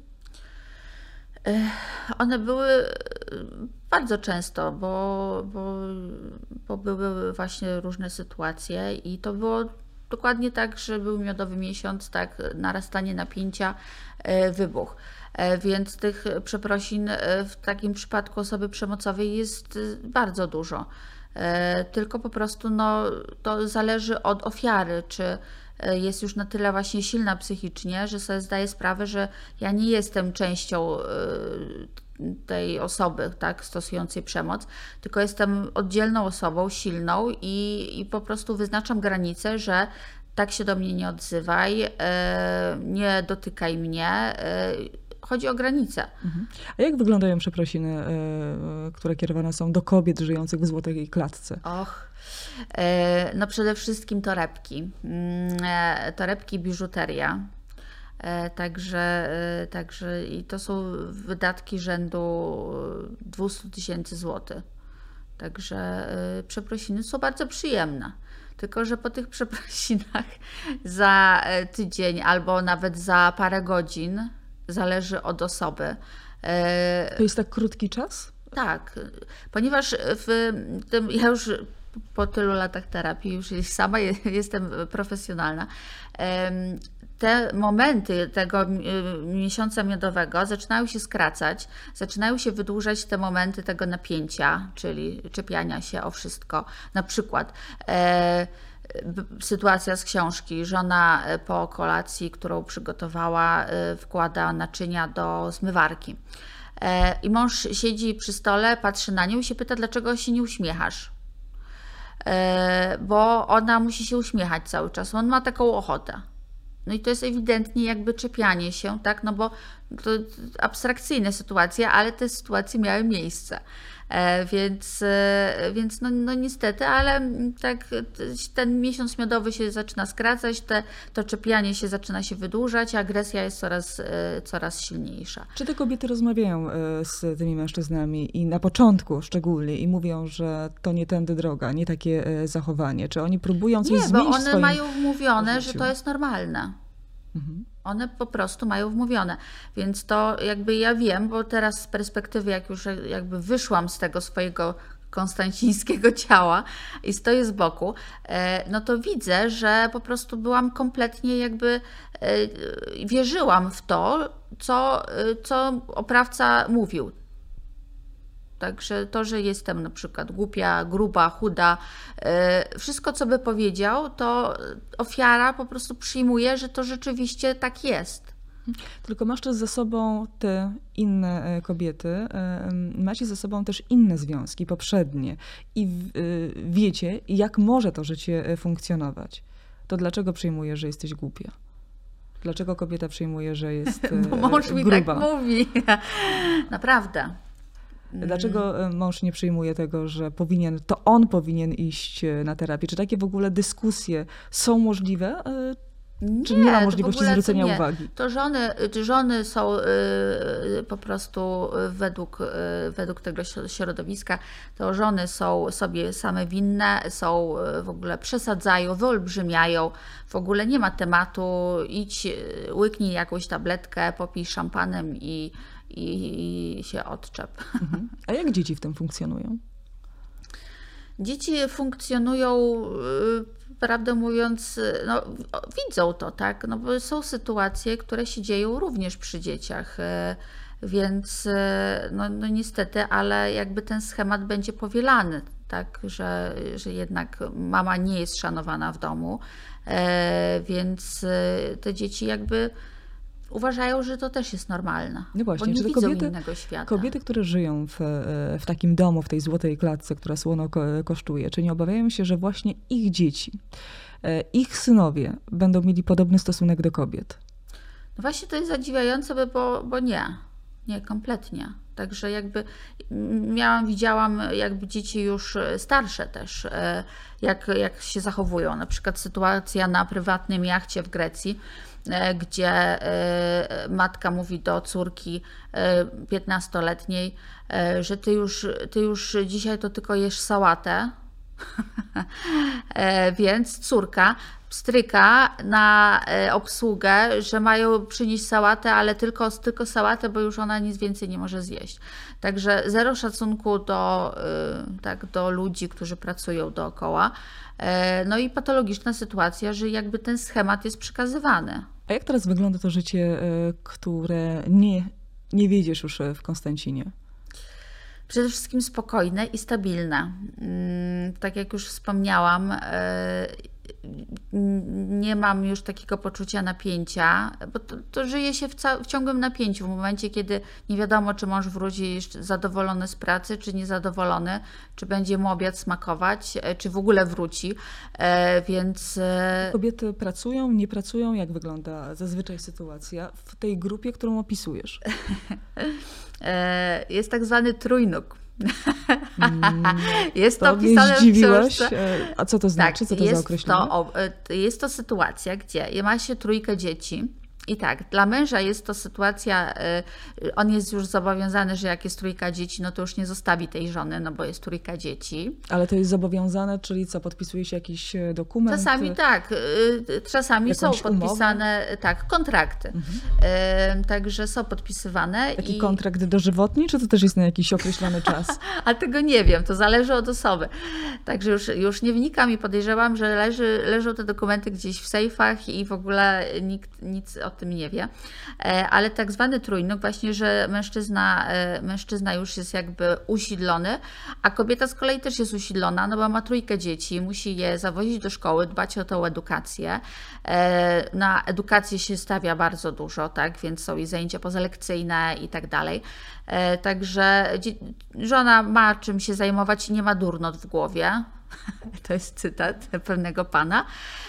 One były bardzo często, bo, bo, bo były właśnie różne sytuacje i to było dokładnie tak, że był miodowy miesiąc, tak, narastanie napięcia, wybuch. Więc tych przeprosin w takim przypadku osoby przemocowej jest bardzo dużo. Tylko po prostu no, to zależy od ofiary, czy jest już na tyle właśnie silna psychicznie, że sobie zdaje sprawę, że ja nie jestem częścią tej osoby, tak, stosującej przemoc, tylko jestem oddzielną osobą, silną i, i po prostu wyznaczam granice, że tak się do mnie nie odzywaj, nie dotykaj mnie. Chodzi o granice. Mhm. A jak wyglądają przeprosiny, które kierowane są do kobiet żyjących w złotej klatce? Och, no przede wszystkim torebki. Torebki, biżuteria. Także, także i to są wydatki rzędu dwieście tysięcy złotych. Także przeprosiny są bardzo przyjemne. Tylko że po tych przeprosinach za tydzień albo nawet za parę godzin, zależy od osoby. To jest tak krótki czas? Tak, ponieważ w tym, ja już po tylu latach terapii, już sama jestem profesjonalna, te momenty tego miesiąca miodowego zaczynają się skracać, zaczynają się wydłużać te momenty tego napięcia, czyli czepiania się o wszystko. Na przykład e, sytuacja z książki. Żona po kolacji, którą przygotowała, wkłada naczynia do zmywarki. I mąż siedzi przy stole, patrzy na nią i się pyta, dlaczego się nie uśmiechasz? Bo ona musi się uśmiechać cały czas. On ma taką ochotę. No i to jest ewidentnie jakby czepianie się, tak? No bo to abstrakcyjne sytuacje, ale te sytuacje miały miejsce. E, więc e, więc no, no niestety, ale tak ten miesiąc miodowy się zaczyna skracać, te, to czepianie się zaczyna się wydłużać, agresja jest coraz, e, coraz silniejsza. Czy te kobiety rozmawiają e, z tymi mężczyznami i na początku szczególnie i mówią, że to nie tędy droga, nie takie e, zachowanie? Czy oni próbują coś nie, zmienić bo w one swoim mają wmówione, życiu? że to jest normalne. Mhm. One po prostu mają wmówione, więc to jakby ja wiem, bo teraz z perspektywy, jak już jakby wyszłam z tego swojego konstancińskiego ciała i stoję z boku, no to widzę, że po prostu byłam kompletnie jakby, wierzyłam w to, co, co oprawca mówił. Także to, że jestem na przykład głupia, gruba, chuda, wszystko co by powiedział, to ofiara po prostu przyjmuje, że to rzeczywiście tak jest. Tylko masz też ze sobą te inne kobiety, macie ze sobą też inne związki poprzednie i wiecie, jak może to życie funkcjonować. To dlaczego przyjmujesz, że jesteś głupia? Dlaczego kobieta przyjmuje, że jest Bo mąż mi gruba? tak mówi. Naprawdę. Dlaczego mąż nie przyjmuje tego, że powinien, to on powinien iść na terapię? Czy takie w ogóle dyskusje są możliwe? Czy nie, nie ma możliwości zwrócenia nie. uwagi? To żony, żony są y, po prostu według, y, według tego środowiska, to żony są sobie same winne, są w ogóle przesadzają, wyolbrzymiają, w ogóle nie ma tematu, idź, łyknij jakąś tabletkę, popij szampanem i, i, i się odczep. Mhm. A jak dzieci w tym funkcjonują? Dzieci funkcjonują, prawdę mówiąc, no, widzą to, tak? No, bo są sytuacje, które się dzieją również przy dzieciach, więc no, no niestety, ale jakby ten schemat będzie powielany, tak? Że, że jednak mama nie jest szanowana w domu, więc te dzieci jakby uważają, że to też jest normalne, no właśnie, bo nie czy te widzą kobiety, innego świata. Kobiety, które żyją w, w takim domu, w tej złotej klatce, która słono kosztuje, czy nie obawiają się, że właśnie ich dzieci, ich synowie będą mieli podobny stosunek do kobiet? No właśnie to jest zadziwiające, bo, bo nie, nie, kompletnie. Także jakby miałam, widziałam jakby dzieci już starsze też, jak, jak się zachowują. Na przykład sytuacja na prywatnym jachcie w Grecji, gdzie matka mówi do córki piętnastoletniej, że ty już, ty już dzisiaj to tylko jesz sałatę, więc córka pstryka na obsługę, że mają przynieść sałatę, ale tylko, tylko sałatę, bo już ona nic więcej nie może zjeść. Także zero szacunku do, tak, do ludzi, którzy pracują dookoła. No i patologiczna sytuacja, że jakby ten schemat jest przekazywany. A jak teraz wygląda to życie, które nie, nie wiedziesz już w Konstancinie? Przede wszystkim spokojne i stabilne. Tak jak już wspomniałam, nie mam już takiego poczucia napięcia, bo to, to żyje się w, w ciągłym napięciu. W momencie, kiedy nie wiadomo, czy mąż wróci zadowolony z pracy, czy niezadowolony, czy będzie mu obiad smakować, czy w ogóle wróci, więc... Kobiety pracują, nie pracują? Jak wygląda zazwyczaj sytuacja w tej grupie, którą opisujesz? Jest tak zwany trójnóg. Mm, jest to, to opisane mnie zdziwiłaś. w książce. A co to znaczy? Tak, co to jest za określenie? To, jest to sytuacja, gdzie ma się trójkę dzieci I tak, dla męża jest to sytuacja, on jest już zobowiązany, że jak jest trójka dzieci, no to już nie zostawi tej żony, no bo jest trójka dzieci. Ale to jest zobowiązane, czyli co, podpisuje się jakiś dokument? Czasami tak, czasami są podpisane umowę? tak, kontrakty. Mhm. Także są podpisywane. Taki i... kontrakt dożywotni, czy to też jest na jakiś określony czas? A tego nie wiem, to zależy od osoby. Także już, już nie wnikam i podejrzewam, że leży, leżą te dokumenty gdzieś w sejfach i w ogóle nikt nic o tym nie wie. Ale tak zwany trójnóg, właśnie, że mężczyzna, mężczyzna już jest jakby usidlony, a kobieta z kolei też jest usidlona, no bo ma trójkę dzieci, musi je zawozić do szkoły, dbać o tą edukację. Na edukację się stawia bardzo dużo, tak, więc są i zajęcia pozalekcyjne i tak dalej. Także żona ma czym się zajmować i nie ma durnot w głowie. To jest cytat pewnego pana.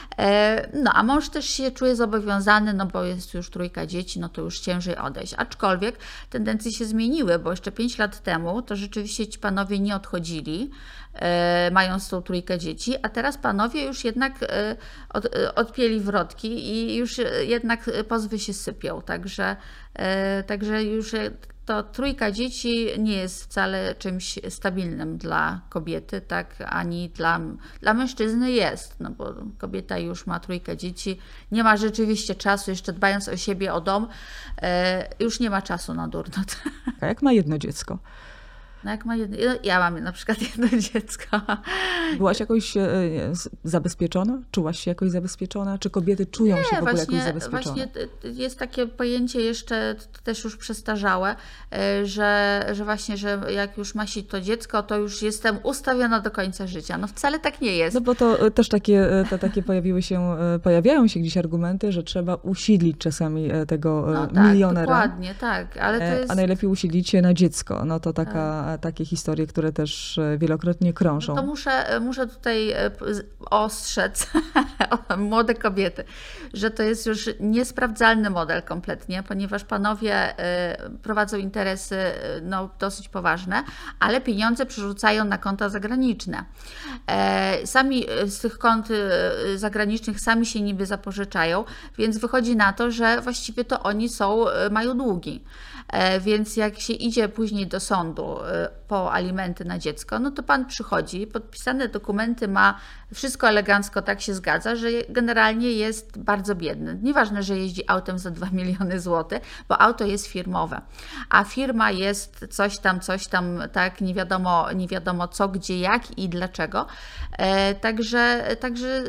No a mąż też się czuje zobowiązany, no bo jest już trójka dzieci, no to już ciężej odejść. Aczkolwiek tendencje się zmieniły, bo jeszcze pięć lat temu to rzeczywiście ci panowie nie odchodzili, mając tą trójkę dzieci, a teraz panowie już jednak od, odpięli wrotki i już jednak pozwy się sypią. Także, także już to trójka dzieci nie jest wcale czymś stabilnym dla kobiety, tak, ani dla, dla mężczyzny jest, no bo kobieta już ma trójkę dzieci, nie ma rzeczywiście czasu, jeszcze dbając o siebie, o dom, już nie ma czasu na durnot. A jak ma jedno dziecko? No jak ma jedno, ja mam na przykład jedno dziecko. Byłaś jakoś e, zabezpieczona? Czułaś się jakoś zabezpieczona? Czy kobiety czują Nie, się w ogóle właśnie, jakoś zabezpieczone? Właśnie jest takie pojęcie jeszcze też już przestarzałe, że, że właśnie, że jak już ma się to dziecko, to już jestem ustawiona do końca życia. No wcale tak nie jest. No bo to też takie, te, takie pojawiły się, pojawiają się gdzieś argumenty, że trzeba usidlić czasami tego no tak, milionera. Dokładnie, tak. Ale to jest... A najlepiej usidlić się na dziecko. No to taka... Tak. Takie historie, które też wielokrotnie krążą. No to muszę, muszę tutaj ostrzec młode kobiety, że to jest już niesprawdzalny model kompletnie, ponieważ panowie prowadzą interesy no, dosyć poważne, ale pieniądze przerzucają na konta zagraniczne. Sami z tych kont zagranicznych sami się niby zapożyczają, więc wychodzi na to, że właściwie to oni są, mają długi. Więc jak się idzie później do sądu po alimenty na dziecko, no to pan przychodzi, podpisane dokumenty ma, wszystko elegancko tak się zgadza, że generalnie jest bardzo biedny. Nieważne, że jeździ autem za dwa miliony złotych, bo auto jest firmowe, a firma jest coś tam, coś tam, tak, nie wiadomo, nie wiadomo co, gdzie, jak i dlaczego. Także, także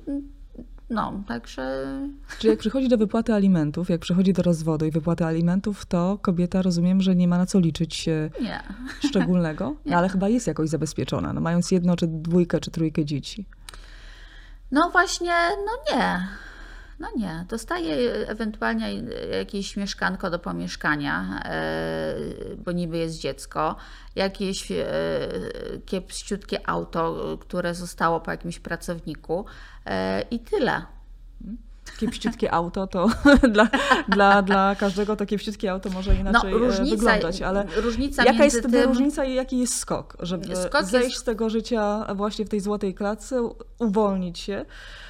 No, także... Czyli jak przychodzi do wypłaty alimentów, jak przychodzi do rozwodu i wypłaty alimentów, to kobieta, rozumiem, że nie ma na co liczyć nie. szczególnego, no, ale chyba jest jakoś zabezpieczona, no, mając jedno, czy dwójkę, czy trójkę dzieci. No właśnie, no nie. No nie, dostaje ewentualnie jakieś mieszkanko do pomieszkania, bo niby jest dziecko, jakieś kiepściutkie auto, które zostało po jakimś pracowniku i tyle. Kiepściutkie auto to dla, dla, dla każdego to kiepściutkie auto może inaczej no, różnica, wyglądać, ale różnica jaka jest tym... wtedy różnica i jaki jest skok, żeby skok zejść jest... z tego życia właśnie w tej złotej klatce, uwolnić się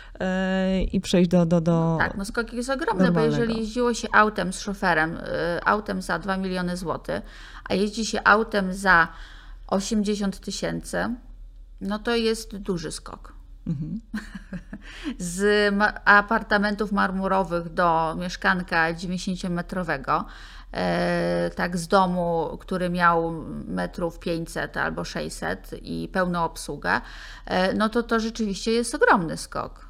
i przejść do, do, do no tak, no skok jest ogromny, bo jeżeli jeździło się autem z szoferem, autem za dwa miliony złotych, a jeździ się autem za osiemdziesiąt tysięcy, no to jest duży skok. Mhm. Z apartamentów marmurowych do mieszkanka dziewięćdziesięciometrowego, tak z domu, który miał metrów pięćset albo sześćset i pełną obsługę, no to to rzeczywiście jest ogromny skok.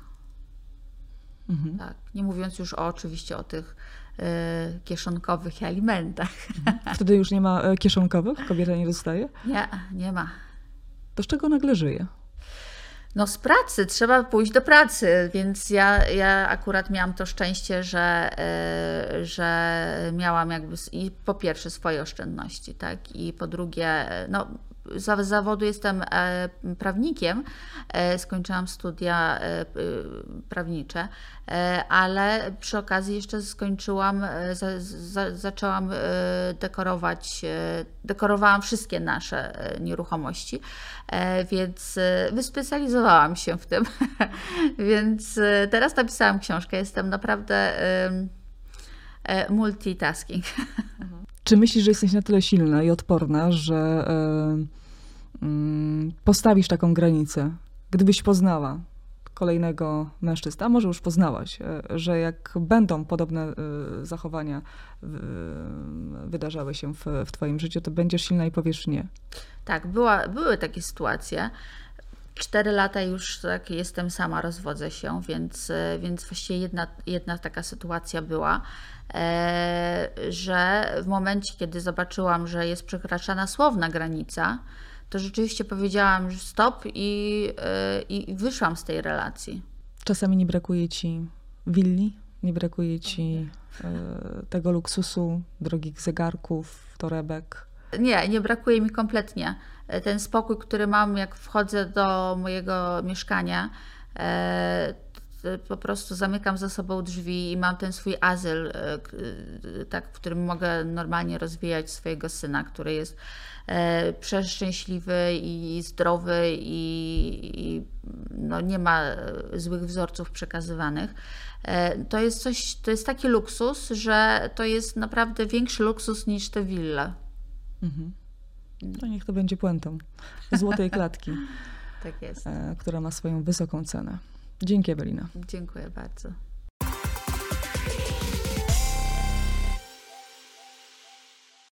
Mhm. Tak, nie mówiąc już o, oczywiście o tych y, kieszonkowych i alimentach. Wtedy już nie ma kieszonkowych? Kobieta nie dostaje? Nie, nie ma. To z czego nagle żyje? No z pracy, trzeba pójść do pracy, więc ja, ja akurat miałam to szczęście, że, y, że miałam jakby i po pierwsze swoje oszczędności, tak, i po drugie, no z zawodu jestem prawnikiem, skończyłam studia prawnicze, ale przy okazji jeszcze skończyłam, za, za, zaczęłam dekorować, dekorowałam wszystkie nasze nieruchomości, więc wyspecjalizowałam się w tym, więc teraz napisałam książkę, jestem naprawdę e, multitasking. Czy myślisz, że jesteś na tyle silna i odporna, że y, y, postawisz taką granicę, gdybyś poznała kolejnego mężczyznę, a może już poznałaś, y, że jak będą podobne y, zachowania y, wydarzały się w, w twoim życiu, to będziesz silna i powiesz nie? Tak, była, były takie sytuacje. Cztery lata już tak jestem sama, rozwodzę się, więc, więc właściwie jedna, jedna taka sytuacja była, e, że w momencie, kiedy zobaczyłam, że jest przekraczana słowna granica, to rzeczywiście powiedziałam, że stop i, e, i wyszłam z tej relacji. Czasami nie brakuje ci willi, nie brakuje ci e, tego luksusu, drogich zegarków, torebek. Nie, nie brakuje mi kompletnie. Ten spokój, który mam, jak wchodzę do mojego mieszkania, e, po prostu zamykam za sobą drzwi i mam ten swój azyl, e, tak, w którym mogę normalnie rozwijać swojego syna, który jest e, przeszczęśliwy i zdrowy i, i no, nie ma złych wzorców przekazywanych. E, to jest coś, to jest taki luksus, że to jest naprawdę większy luksus niż te wille. Mhm. To niech to będzie puentą złotej klatki, Tak jest. która ma swoją wysoką cenę. Dzięki, Ewelina. Dziękuję bardzo.